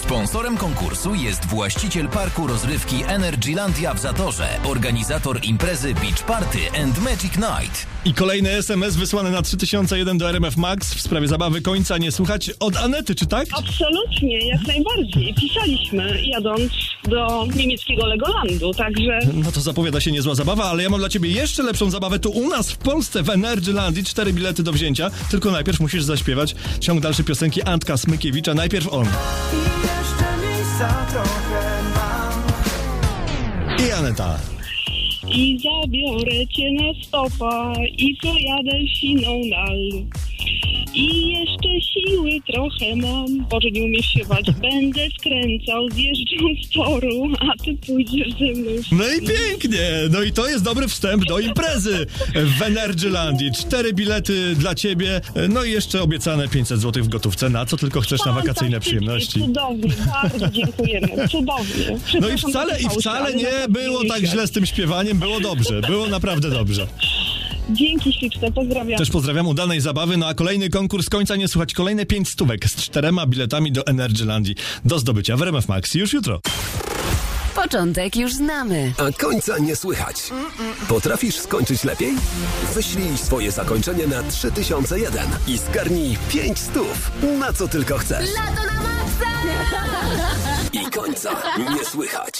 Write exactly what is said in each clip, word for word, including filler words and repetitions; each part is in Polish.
Sponsorem konkursu jest właściciel parku rozrywki Energylandia w Zatorze, organizator imprezy Beach Party and Magic Night. I kolejny es em es wysłany na trzy tysiące jeden do R M F Max w sprawie zabawy końca nie słuchać od Anety, czy tak? Absolutnie, jak najbardziej. Pisaliśmy jadąc do niemieckiego Legolandu, także... No to zapowiada się niezła zabawa, ale ja mam dla ciebie jeszcze lepszą zabawę tu u nas w Polsce w Energylandii. Cztery bilety do wzięcia, tylko najpierw musisz zaśpiewać ciąg dalszy piosenki Antka Smykiewicza. Najpierw on. I jeszcze miejsca trochę mam. I Aneta. I zabiorę cię na stopa i pojadę siną dal. I jeszcze siły trochę mam. Boże, nie umiesz śpiewać. Będę skręcał, zjeżdżał z toru, a ty pójdziesz ze mną. No i pięknie! No i to jest dobry wstęp do imprezy w Energylandii. Cztery bilety dla ciebie, no i jeszcze obiecane pięćset złotych w gotówce. Na co tylko chcesz na wakacyjne przyjemności. Cudownie, bardzo dziękujemy. Cudownie. No i wcale, i wcale nie było tak źle z tym śpiewaniem. Było dobrze, było naprawdę dobrze. Dzięki śliczne, pozdrawiam. Też pozdrawiam udanej zabawy, no a kolejny konkurs końca nie słuchać. Kolejne pięć stówek z czterema biletami do Energylandii do zdobycia w R M F Max już jutro. Początek już znamy, a końca nie słychać. Potrafisz skończyć lepiej? Wyślij swoje zakończenie na trzy tysiące jeden i zgarnij pięć stów, na co tylko chcesz. Lato na maksa! I końca nie słychać.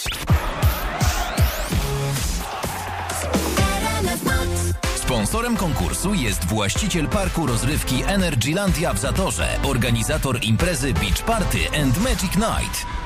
Sponsorem konkursu jest właściciel parku rozrywki Energylandia w Zatorze, organizator imprezy Beach Party and Magic Night.